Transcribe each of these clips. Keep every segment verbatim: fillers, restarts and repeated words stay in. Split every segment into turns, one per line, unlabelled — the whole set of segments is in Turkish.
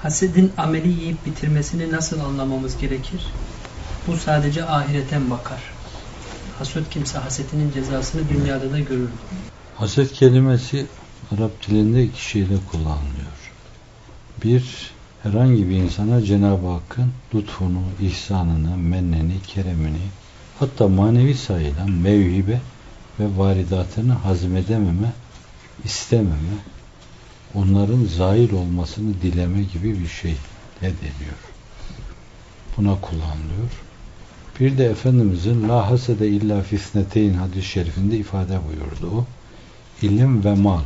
Hasedin ameli yiyip bitirmesini nasıl anlamamız gerekir? Bu sadece ahireten bakar. Hasut kimse hasetinin cezasını dünyada da görür.
Haset kelimesi Arap dilinde iki şeyle kullanılıyor. Bir, herhangi bir insana Cenab-ı Hakk'ın lütfunu, ihsanını, menneni, keremini, hatta manevi sayılan mevhibe ve varidatını hazmedememe, istememe, onların zail olmasını dileme gibi bir şey ne deniyor? Buna kullanılıyor. Bir de Efendimizin la hasede illa fisneteyn hadis-i şerifinde ifade buyurdu. O, ilim ve mal.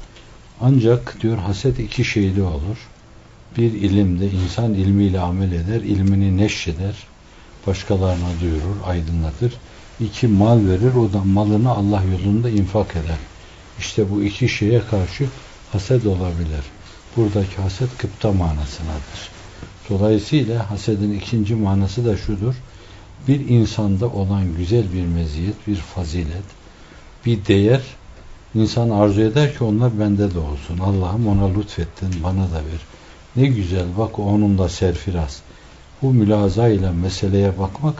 Ancak diyor haset iki şeyli olur. Bir ilimde insan ilmiyle amel eder, ilmini neşreder, başkalarına duyurur, aydınlatır. İki mal verir, o da malını Allah yolunda infak eder. İşte bu iki şeye karşı haset olabilir. Buradaki haset gıpta manasındadır. Dolayısıyla hasedin ikinci manası da şudur. Bir insanda olan güzel bir meziyet, bir fazilet, bir değer, insan arzu eder ki onlar bende de olsun. Allah'ım ona lütfettin, bana da ver. Ne güzel, bak onun da serfiraz. Bu mülaza ile meseleye bakmak,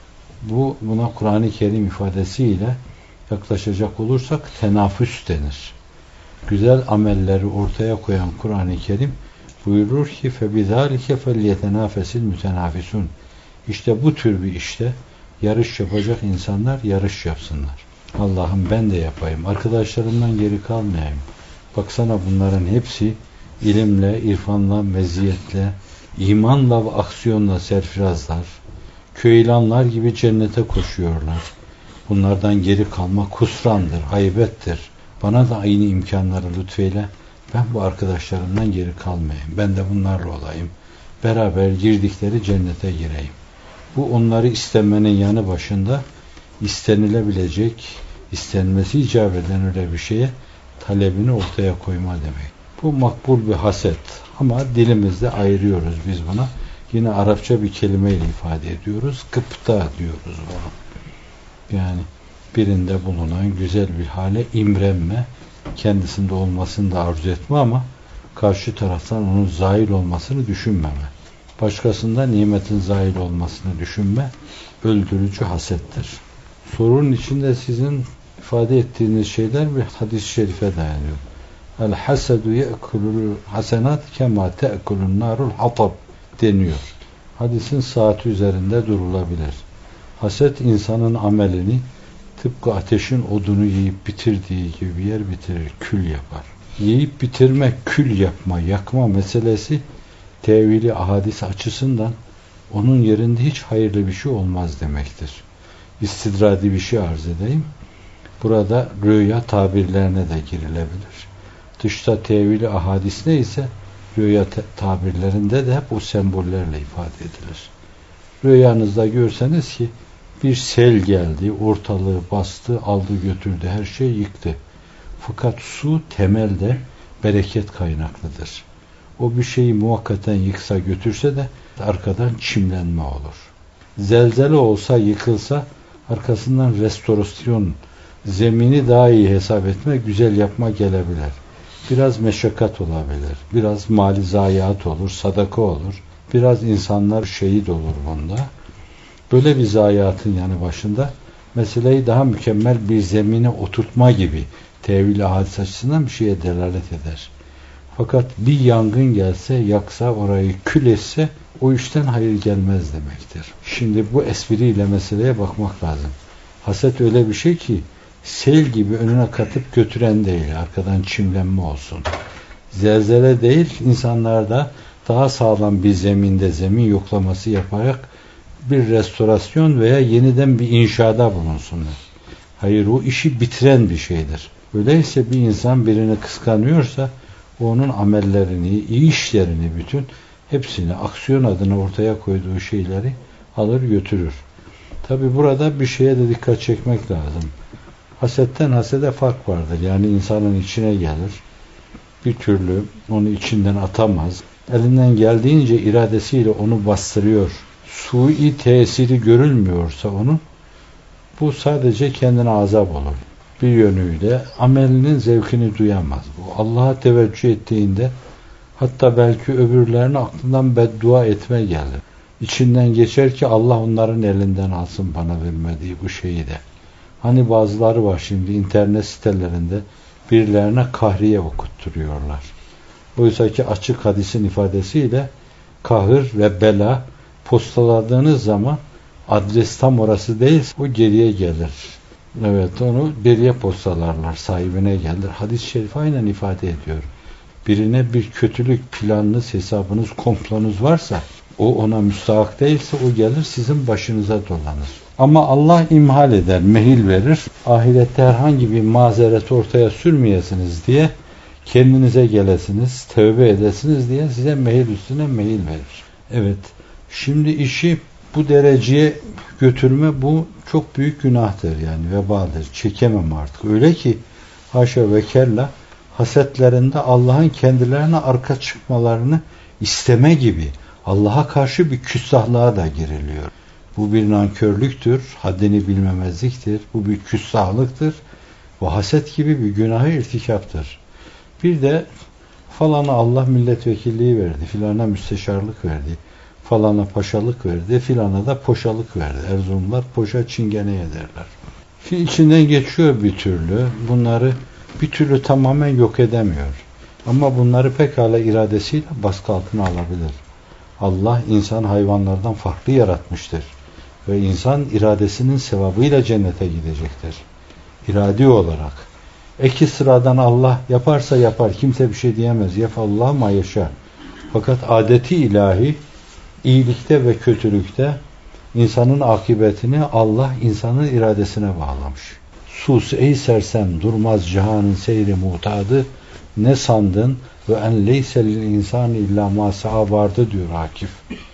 bu buna Kur'an-ı Kerim ifadesiyle yaklaşacak olursak tenafüs denir. Güzel amelleri ortaya koyan Kur'an-ı Kerim buyurur ki فَبِذَٰلِكَ فَلْيَتَنَافَسِ الْمُتَنَافِسُونَ. İşte bu tür bir işte yarış yapacak insanlar yarış yapsınlar. Allah'ım ben de yapayım. Arkadaşlarımdan geri kalmayayım. Baksana bunların hepsi ilimle, irfanla, meziyetle, imanla ve aksiyonla serfirazlar. Köylanlar gibi cennete koşuyorlar. Bunlardan geri kalmak husrandır, haybettir. Bana da aynı imkanları lütfeyle. Ben bu arkadaşlarımdan geri kalmayayım. Ben de bunlarla olayım. Beraber girdikleri cennete gireyim. Bu onları istemenin yanı başında istenilebilecek, istenmesi icap eden öyle bir şeye talebini ortaya koyma demek. Bu makbul bir haset. Ama dilimizde ayırıyoruz biz buna. Yine Arapça bir kelimeyle ifade ediyoruz. Gıpta diyoruz bunu. Yani birinde bulunan güzel bir hale imrenme, kendisinde olmasını da arzu etme ama karşı taraftan onun zail olmasını düşünmeme. Başkasında nimetin zail olmasını düşünme, öldürücü hasettir. Sorunun içinde sizin ifade ettiğiniz şeyler bir hadis-i şerife dayanıyor. El hasedu ye'kulul hasenat kema te'kulun narul hatab deniyor. Hadisin saati üzerinde durulabilir. Haset insanın amelini tıpkı ateşin odunu yiyip bitirdiği gibi bir yer bitirir, kül yapar. Yiyip bitirme, kül yapma, yakma meselesi tevili ahadis açısından onun yerinde hiç hayırlı bir şey olmaz demektir. İstidradi bir şey arz edeyim. Burada rüya tabirlerine de girilebilir. Dışta tevili ahadis neyse rüya tabirlerinde de hep o sembollerle ifade edilir. Rüyanızda görseniz ki bir sel geldi, ortalığı bastı, aldı götürdü, her şey yıktı. Fakat su temelde bereket kaynaklıdır. O bir şeyi muhakkaten yıksa götürse de arkadan çimlenme olur. Zelzele olsa, yıkılsa arkasından restorasyon, zemini daha iyi hesap etme, güzel yapma gelebilir. Biraz meşakkat olabilir, biraz mali zayiat olur, sadaka olur, biraz insanlar şehit olur bunda. Böyle bir zayiatın yanı başında meseleyi daha mükemmel bir zemine oturtma gibi tevil-i hadis açısından bir şeye delalet eder. Fakat bir yangın gelse, yaksa, orayı kül etse o işten hayır gelmez demektir. Şimdi bu espriyle meseleye bakmak lazım. Haset öyle bir şey ki sel gibi önüne katıp götüren değil, arkadan çimlenme olsun. Zelzele değil, insanlarda daha sağlam bir zeminde zemin yoklaması yaparak bir restorasyon veya yeniden bir inşada bulunsunlar. Hayır, o işi bitiren bir şeydir. Öyleyse bir insan birini kıskanıyorsa onun amellerini, iyi işlerini bütün hepsini aksiyon adına ortaya koyduğu şeyleri alır götürür. Tabi burada bir şeye de dikkat çekmek lazım. Hasetten hasede fark vardır. Yani insanın içine gelir. Bir türlü onu içinden atamaz. Elinden geldiğince iradesiyle onu bastırıyor. Sui tesiri görülmüyorsa onun, bu sadece kendine azap olur. Bir yönüyle amelinin zevkini duyamaz. Bu Allah'a teveccüh ettiğinde Hatta belki öbürlerine aklından beddua etme gelir. İçinden geçer ki Allah onların elinden alsın bana vermediği bu şeyi de. Hani bazıları var şimdi internet sitelerinde birilerine kahriye okutturuyorlar. Oysa ki açık hadisin ifadesiyle kahır ve bela postaladığınız zaman adres tam orası değil, o geriye gelir. Evet, onu geriye postalarlar, sahibine gelir. Hadis-i şerif aynen ifade ediyor. Birine bir kötülük planınız, hesabınız, komplonuz varsa, o ona müstahak değilse o gelir sizin başınıza dolanır. Ama Allah imhal eder, mehil verir. Ahirette herhangi bir mazeret ortaya sürmeyesiniz diye, kendinize gelesiniz, tövbe edesiniz diye size mehil üstüne mehil verir. Evet, şimdi işi bu dereceye götürme, bu çok büyük günahtır yani, vebadır. Çekemem artık. Öyle ki haşa ve kella hasetlerinde Allah'ın kendilerine arka çıkmalarını isteme gibi Allah'a karşı bir küstahlığa da giriliyor. Bu bir nankörlüktür, haddini bilmemezliktir, bu bir küstahlıktır, bu haset gibi bir günahı irtikaptır. Bir de falana Allah milletvekilliği verdi, filana müsteşarlık verdi, falana paşalık verdi, filana da poşalık verdi. Erzurumlar poşa çingeneye derler. Fil içinden geçiyor bir türlü, bunları bir türlü tamamen yok edemiyor. Ama bunları pekala iradesiyle baskı altına alabilir. Allah insan hayvanlardan farklı yaratmıştır. Ve insan iradesinin sevabıyla cennete gidecektir. İradi olarak. Eki sıradan Allah yaparsa yapar. Kimse bir şey diyemez. Yefallah ma yeşâ. Fakat adeti ilahi iyilikte ve kötülükte insanın akıbetini Allah insanın iradesine bağlamış. Sus ey sersem durmaz cihanın seyri mutadı, ne sandın ve en leyse lil insani illa ma sa'a vardı diyor Akif.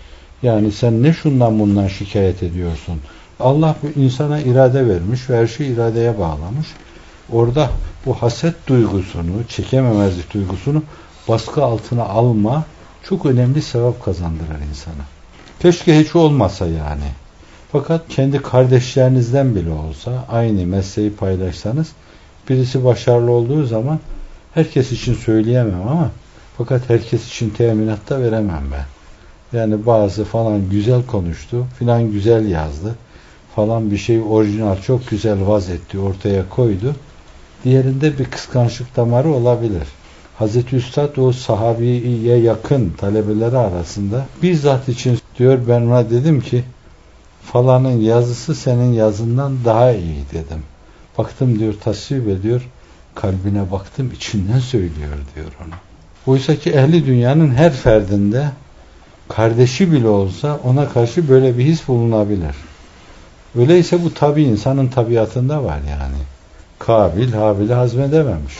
Yani sen ne şundan bundan şikayet ediyorsun? Allah bu insana irade vermiş ve her şeyi iradeye bağlamış. Orada bu haset duygusunu, çekememezlik duygusunu baskı altına alma çok önemli sevap kazandırır insana. Keşke hiç olmasa yani. Fakat kendi kardeşlerinizden bile olsa aynı mesleği paylaşsanız birisi başarılı olduğu zaman herkes için söyleyemem ama fakat herkes için teminatta veremem ben. Yani bazı falan güzel konuştu, filan güzel yazdı, falan bir şey orijinal çok güzel vaz etti, ortaya koydu. Diğerinde bir kıskançlık damarı olabilir. Hazreti Üstad o sahabiye yakın talebeleri arasında bizzat için diyor, ben ona dedim ki falanın yazısı senin yazından daha iyi dedim. Baktım diyor, tasvip ediyor, kalbine baktım, içinden söylüyor diyor ona. Oysa ki ehli dünyanın her ferdinde kardeşi bile olsa ona karşı böyle bir his bulunabilir. Öyleyse bu tabi insanın tabiatında var yani. Kabil Habil'i hazmedememiş.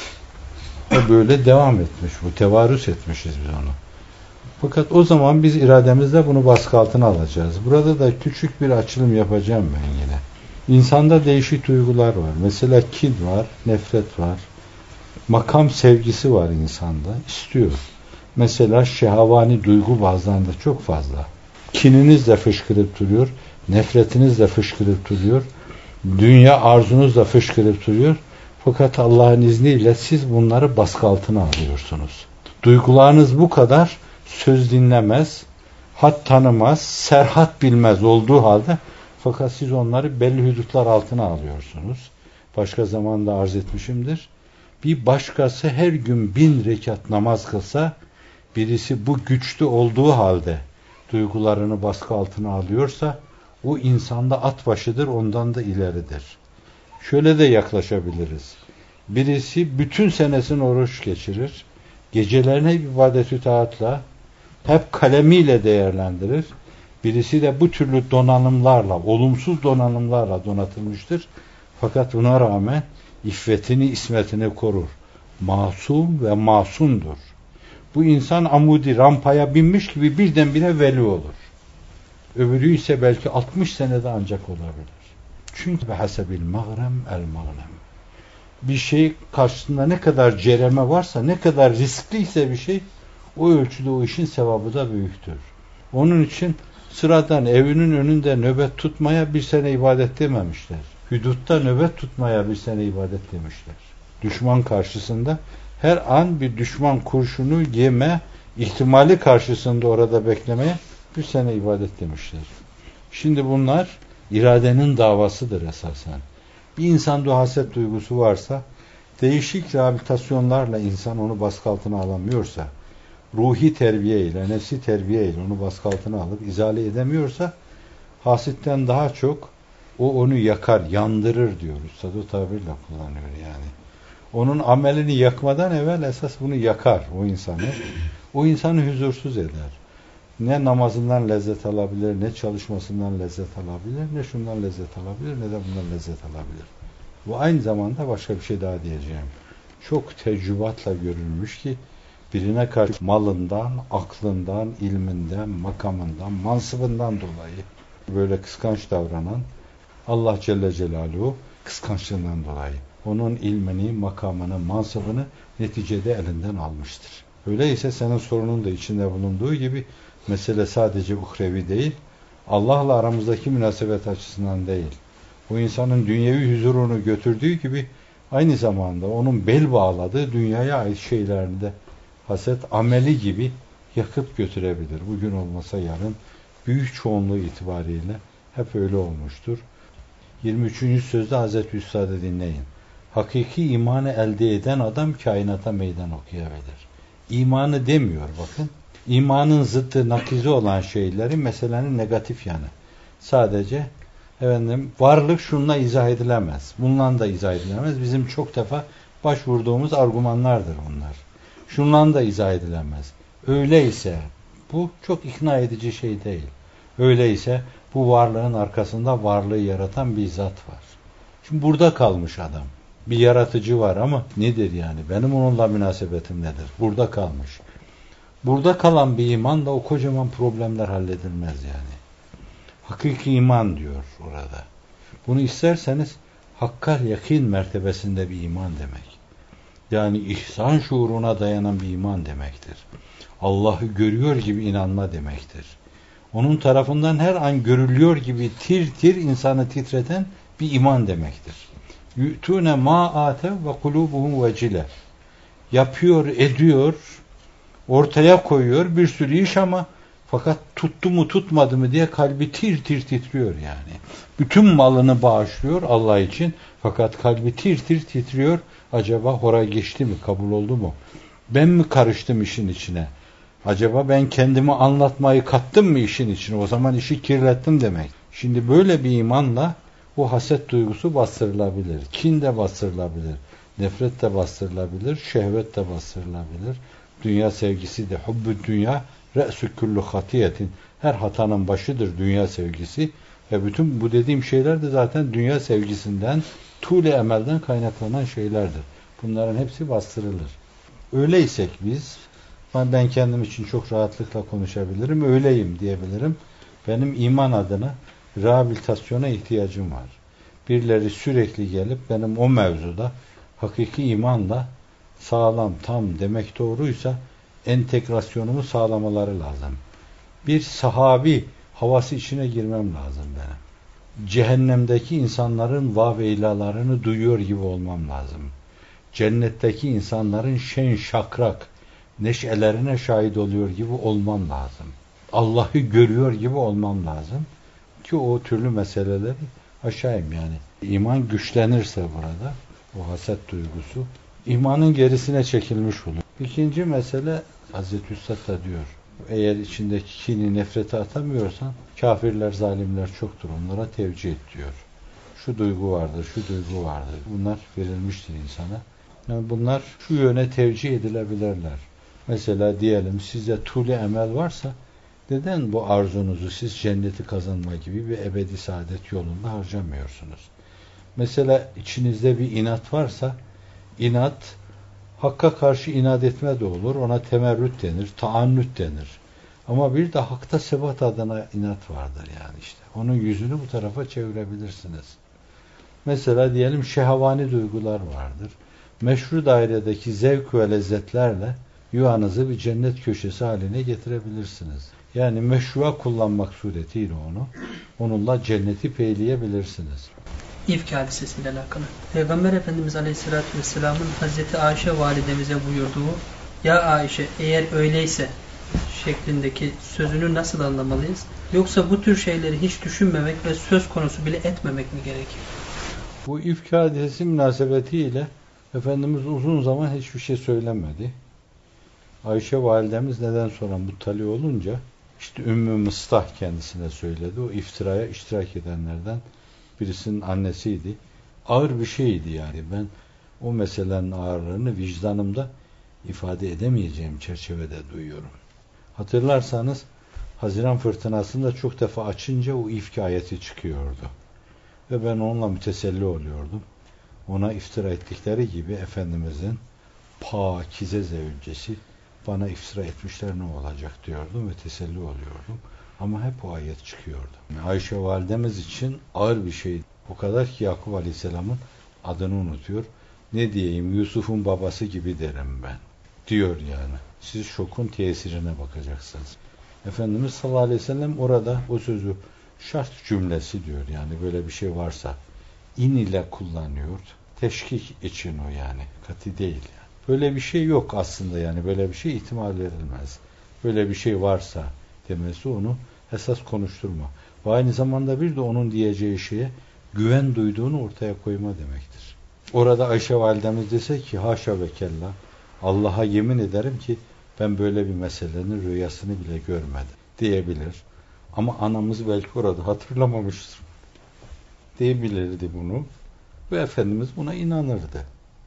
O böyle devam etmiş. Bu tevarüs etmişiz biz onu. Fakat o zaman biz irademizle bunu baskı altına alacağız. Burada da küçük bir açılım yapacağım ben yine. İnsanda değişik duygular var. Mesela kin var, nefret var. Makam sevgisi var insanda. İstiyor. Mesela şehavani duygu bazılarında çok fazla. Kininiz de fışkırıp duruyor. Nefretiniz de fışkırıp duruyor. Dünya arzunuz da fışkırıp duruyor. Fakat Allah'ın izniyle siz bunları baskı altına alıyorsunuz. Duygularınız bu kadar söz dinlemez, had tanımaz, serhat bilmez olduğu halde fakat siz onları belli hudutlar altına alıyorsunuz. Başka zamanda arz etmişimdir. Bir başkası her gün bin rekat namaz kılsa, birisi bu güçlü olduğu halde duygularını baskı altına alıyorsa, o insanda at başıdır, ondan da ileridir. Şöyle de yaklaşabiliriz. Birisi bütün senesini oruç geçirir, gecelerini ibadet-ü taatla, hep kalemiyle değerlendirir. Birisi de bu türlü donanımlarla, olumsuz donanımlarla donatılmıştır. Fakat buna rağmen iffetini, ismetini korur. Masum ve masumdur. Bu insan amudi rampaya binmiş gibi birdenbire veli olur. Öbürü ise belki altmış senede ancak olabilir. Çünkü behasebil mağrem el mağnem. Bir şey karşısında ne kadar cereme varsa, ne kadar riskliyse bir şey, o ölçüde o işin sevabı da büyüktür. Onun için sıradan evinin önünde nöbet tutmaya bir sene ibadet dememişler. Hudutta nöbet tutmaya bir sene ibadet demişler. Düşman karşısında her an bir düşman kurşunu yeme, İhtimali karşısında orada beklemeye bir sene ibadet demişler. Şimdi bunlar iradenin davasıdır esasen. Bir insanda haset duygusu varsa, değişik rehabilitasyonlarla insan onu baskı altına alamıyorsa, ruhi terbiye ile, nefsi terbiye ile onu baskı altına alıp izale edemiyorsa, hasetten daha çok o onu yakar, yandırır diyor. Üstad o tabirle kullanıyor yani. Onun amelini yakmadan evvel esas bunu yakar o insanı. O insanı huzursuz eder. Ne namazından lezzet alabilir, ne çalışmasından lezzet alabilir, ne şundan lezzet alabilir, ne de bundan lezzet alabilir. Bu aynı zamanda başka bir şey daha diyeceğim. Çok tecrübatla görülmüş ki birine karşı malından, aklından, ilminden, makamından, mansıbından dolayı böyle kıskanç davranan Allah Celle Celaluhu kıskançlığından dolayı onun ilmini, makamını, mansıbını neticede elinden almıştır. Öyleyse senin sorunun da içinde bulunduğu gibi mesele sadece uhrevi değil, Allah'la aramızdaki münasebet açısından değil. Bu insanın dünyevi huzurunu götürdüğü gibi aynı zamanda onun bel bağladığı dünyaya ait şeylerini de haset ameli gibi yakıp götürebilir. Bugün olmasa yarın büyük çoğunluğu itibariyle hep öyle olmuştur. yirmi üçüncü sözde Hazreti Üstad'ı dinleyin. Hakiki imanı elde eden adam kainata meydan okuyabilir. İmanı demiyor bakın. İmanın zıttı, nakizi olan şeyleri meselenin negatif yanı. Sadece efendim varlık şununla izah edilemez. Bununla da izah edilemez. Bizim çok defa başvurduğumuz argümanlardır bunlar. Şununla da izah edilemez. Öyleyse bu çok ikna edici şey değil. Öyleyse bu varlığın arkasında varlığı yaratan bir zat var. Şimdi burada kalmış adam. Bir yaratıcı var ama nedir yani? Benim onunla münasebetim nedir? Burada kalmış. Burada kalan bir imanla o kocaman problemler halledilmez yani. Hakiki iman diyor orada. Bunu isterseniz hakkal yakin mertebesinde bir iman demek. Yani ihsan şuuruna dayanan bir iman demektir. Allah'ı görüyor gibi inanma demektir. Onun tarafından her an görülüyor gibi tir tir insanı titreten bir iman demektir. Yü'tûne mâ âtev ve kulûbuhum vecile. Yapıyor, ediyor, ortaya koyuyor bir sürü iş ama fakat tuttu mu tutmadı mı diye kalbi tir tir titriyor yani. Bütün malını bağışlıyor Allah için fakat kalbi tir tir titriyor. Acaba hora geçti mi, kabul oldu mu? Ben mi karıştım işin içine? Acaba ben kendimi anlatmayı kattım mı işin içine? O zaman işi kirlettim demek. Şimdi böyle bir imanla bu haset duygusu bastırılabilir. Kin de bastırılabilir. Nefret de bastırılabilir. Şehvet de bastırılabilir. Dünya sevgisi de. Hubbü dünya re'sü küllü hatiyetin. Her hatanın başıdır dünya sevgisi. Ve bütün bu dediğim şeyler de zaten dünya sevgisinden, tuğle emelden kaynaklanan şeylerdir. Bunların hepsi bastırılır. Öyleysek biz, ben kendim için çok rahatlıkla konuşabilirim, öyleyim diyebilirim. Benim iman adına rehabilitasyona ihtiyacım var. Birileri sürekli gelip benim o mevzuda hakiki imanla sağlam, tam demek doğruysa entegrasyonumu sağlamaları lazım. Bir sahabi havası içine girmem lazım benim. Cehennemdeki insanların vaveylalarını duyuyor gibi olmam lazım. Cennetteki insanların şen şakrak neşelerine şahit oluyor gibi olmam lazım. Allah'ı görüyor gibi olmam lazım. Ki o türlü meseleleri aşayım yani. İman güçlenirse burada o haset duygusu imanın gerisine çekilmiş olur. İkinci mesele Hazreti Üstad da diyor. Eğer içindeki kini, nefreti atamıyorsan kafirler, zalimler çoktur. Onlara tevcih et diyor. Şu duygu vardır, şu duygu vardır. Bunlar verilmiştir insana. Yani bunlar şu yöne tevcih edilebilirler. Mesela diyelim sizde tuğle emel varsa neden bu arzunuzu siz cenneti kazanma gibi bir ebedi saadet yolunda harcamıyorsunuz? Mesela içinizde bir inat varsa inat hakka karşı inat etme de olur. Ona temerrüt denir, taannüt denir. Ama bir de hakta sebat adına inat vardır yani işte. Onun yüzünü bu tarafa çevirebilirsiniz. Mesela diyelim şehvani duygular vardır. Meşru dairedeki zevk ve lezzetlerle yuvanızı bir cennet köşesi haline getirebilirsiniz. Yani meşru'a kullanmak suretiyle onu, onunla cenneti peyleyebilirsiniz.
İfk hadisesiyle alakalı. Peygamber Efendimiz Aleyhisselatü Vesselam'ın Hazreti Ayşe validemize buyurduğu, ya Ayşe eğer öyleyse şeklindeki sözünü nasıl anlamalıyız? Yoksa bu tür şeyleri hiç düşünmemek ve söz konusu bile etmemek mi gerekir?
Bu ifk hadisesi münasebetiyle Efendimiz uzun zaman hiçbir şey söylemedi. Ayşe validemiz neden sonra muttali olunca işte Ümmü Mıstah kendisine söyledi. O iftiraya iştirak edenlerden birisinin annesiydi. Ağır bir şeydi yani. Ben o meselenin ağırlığını vicdanımda ifade edemeyeceğim çerçevede duyuyorum. Hatırlarsanız Haziran fırtınasında çok defa açınca o ifk ayeti çıkıyordu. Ve ben onunla müteselli oluyordum. Ona iftira ettikleri gibi Efendimizin pakize zevcesi bana iftira etmişler ne olacak diyordum ve teselli oluyordum. Ama hep o ayet çıkıyordu. Ayşe validemiz için ağır bir şey. O kadar ki Yakup Aleyhisselam'ın adını unutuyor. Ne diyeyim, Yusuf'un babası gibi derim ben. Diyor yani. Siz şokun tesirine bakacaksınız. Efendimiz sallallahu aleyhi ve sellem orada o sözü şart cümlesi diyor. Yani böyle bir şey varsa in ile kullanıyor. Teşkik için o yani. Kati değil yani. Böyle bir şey yok aslında yani. Böyle bir şey ihtimal verilmez. Böyle bir şey varsa demesi onu esas konuşturma. Ve aynı zamanda bir de onun diyeceği şeye güven duyduğunu ortaya koyma demektir. Orada Ayşe validemiz dese ki haşa ve kella Allah'a yemin ederim ki ben böyle bir meselenin rüyasını bile görmedim diyebilir. Ama anamız belki orada hatırlamamıştır diyebilirdi bunu. Ve Efendimiz buna inanırdı.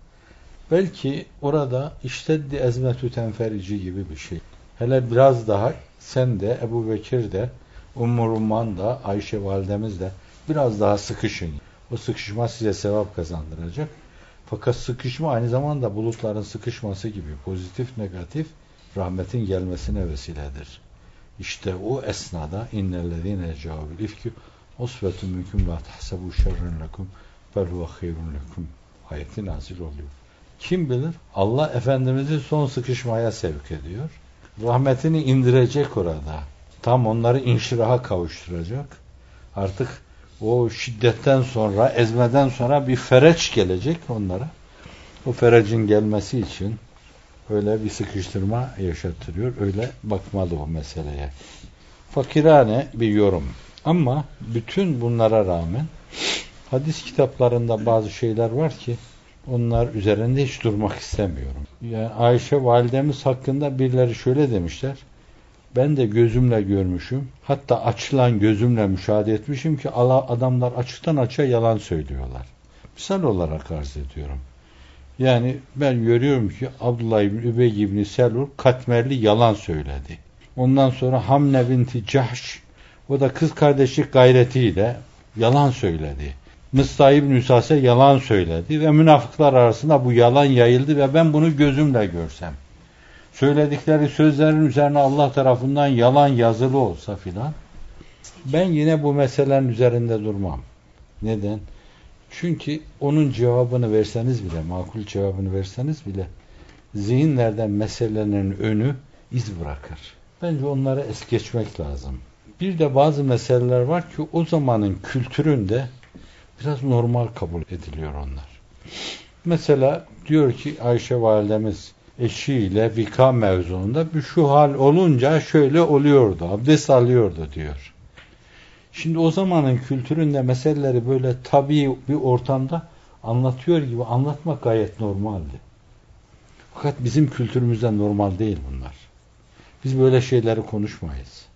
Belki orada işteddi ezmetü tenferici gibi bir şey. Hele biraz daha sen de Ebu Bekir de Ümmü Rumman da Ayşe validemiz de biraz daha sıkışın. O sıkışma size sevap kazandıracak. Fakat sıkışma aynı zamanda bulutların sıkışması gibi pozitif negatif rahmetin gelmesine vesiledir. İşte o esnada innellezine cevâbil ifki usvetun minkum la tahsebu şerren lekum bel huve hayrun lekum ayeti nazil oluyor. Kim bilir Allah Efendimiz'i son sıkışmaya sevk ediyor. Rahmetini indirecek orada. Tam onları inşiraha kavuşturacak. Artık o şiddetten sonra, ezmeden sonra bir fereç gelecek onlara. O ferecin gelmesi için öyle bir sıkıştırma yaşattırıyor. Öyle bakmalı o meseleye. Fakirane bir yorum. Ama bütün bunlara rağmen hadis kitaplarında bazı şeyler var ki onlar üzerinde hiç durmak istemiyorum. Yani Ayşe validemiz hakkında birileri şöyle demişler. Ben de gözümle görmüşüm. Hatta açılan gözümle müşahede etmişim ki adamlar açıktan açığa yalan söylüyorlar. Misal olarak arz ediyorum. Yani ben görüyorum ki Abdullah İbni Übey İbni Selul katmerli yalan söyledi. Ondan sonra Hamne binti Cahş, o da kız kardeşlik gayretiyle yalan söyledi. Mıstah İbni Üsase yalan söyledi ve münafıklar arasında bu yalan yayıldı ve ben bunu gözümle görsem, söyledikleri sözlerin üzerine Allah tarafından yalan yazılı olsa filan, ben yine bu meselenin üzerinde durmam. Neden? Çünkü onun cevabını verseniz bile, makul cevabını verseniz bile zihinlerden meselenin önü iz bırakır. Bence onları es geçmek lazım. Bir de bazı meseleler var ki o zamanın kültüründe biraz normal kabul ediliyor onlar. Mesela diyor ki Ayşe validemiz eşiyle vika mevzuunda bir şu hal olunca şöyle oluyordu, abdest alıyordu diyor. Şimdi o zamanın kültüründe meseleleri böyle tabii bir ortamda anlatıyor gibi anlatmak gayet normaldi. Fakat bizim kültürümüzde normal değil bunlar. Biz böyle şeyleri konuşmayız.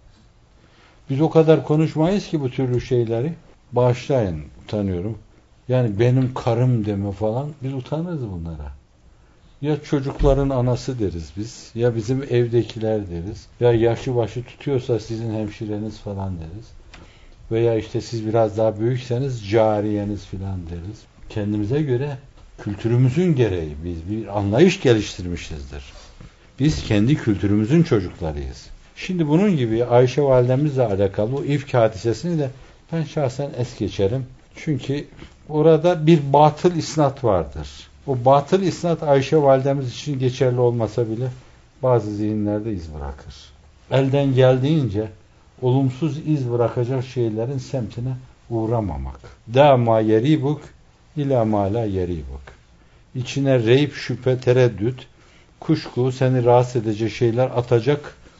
Biz o kadar konuşmayız ki bu türlü şeyleri. Bağışlayın, utanıyorum. Yani benim karım deme falan, biz utanırız bunlara. Ya çocukların anası deriz biz, ya bizim evdekiler deriz, ya yaşı başı tutuyorsa sizin hemşireniz falan deriz. Veya işte siz biraz daha büyükseniz cariyeniz filan deriz. Kendimize göre kültürümüzün gereği biz bir anlayış geliştirmişizdir. Biz kendi kültürümüzün çocuklarıyız. Şimdi bunun gibi Ayşe validemizle alakalı bu ifk hadisesini de ben şahsen es geçerim. Çünkü orada bir batıl isnat vardır. O batıl isnat Ayşe validemiz için geçerli olmasa bile bazı zihinlerde iz bırakır. Elden geldiğince olumsuz iz bırakacak şeylerin semtine uğramamak. Da ma yeribuk ila ma la yeribuk. İçine reyp, şüphe, tereddüt, kuşku, seni rahatsız edecek şeyler atacak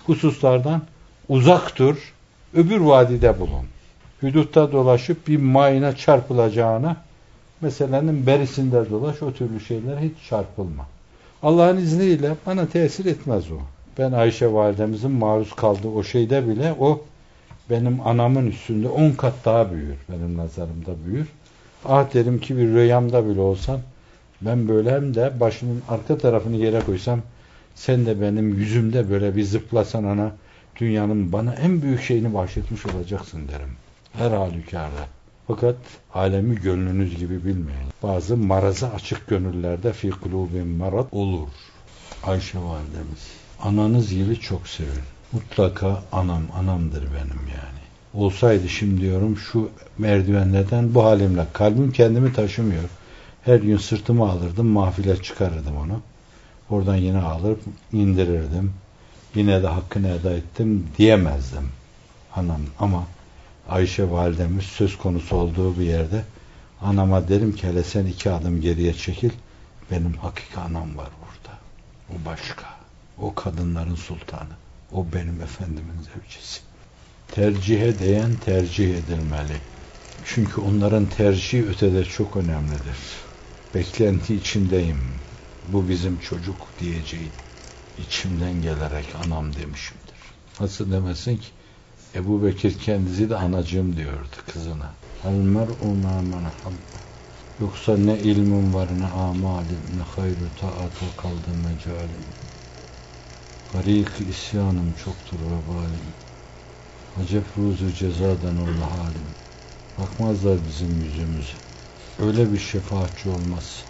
hususlardan uzak dur, öbür vadide bulun. Hudutta dolaşıp bir mayına çarpılacağına meselenin berisinde dolaş, o türlü şeyler hiç çarpılma. Allah'ın izniyle bana tesir etmez o. Ben Ayşe validemizin maruz kaldığı o şeyde bile o benim anamın üstünde on kat daha büyür. Benim nazarımda büyür. Ah derim ki bir rüyamda bile olsan ben böyle hem de başının arka tarafını yere koysam sen de benim yüzümde böyle bir zıplasan ana dünyanın bana en büyük şeyini bahşetmiş olacaksın derim. Her halükarda. Fakat alemi gönlünüz gibi bilmeyin. Bazı maraza açık gönüllerde fi kulubin marad olur. Ayşe validemiz. Ananız gibi çok sevin. Mutlaka anam, anamdır benim yani. Olsaydı şimdi diyorum şu merdivenlerden bu halimle kalbim kendimi taşımıyor. Her gün sırtıma alırdım, mahfile çıkarırdım onu. Oradan yine alıp indirirdim. Yine de hakkını eda ettim diyemezdim anam. Ama Ayşe validemiz söz konusu olduğu bir yerde anama derim ki hele sen iki adım geriye çekil. Benim hakiki anam var burada. O başka. O kadınların sultanı. O benim efendimin zevcesi. Tercihe değen tercih edilmeli. Çünkü onların tercihi ötede çok önemlidir. Beklenti içindeyim. Bu bizim çocuk diyeceği içimden gelerek anam demişimdir. Nasıl demesin ki Ebu Bekir kendisi de anacığım diyordu kızına. El-mer'u mâ men habbe. Yoksa ne ilmin var ne amalim ne hayru taata kaldı mecalim. Garik isyanım çoktur vebalim. Acep ruzu cezadan Allah halim. Bakmazlar bizim yüzümüze. Öyle bir şefaatçi olmaz.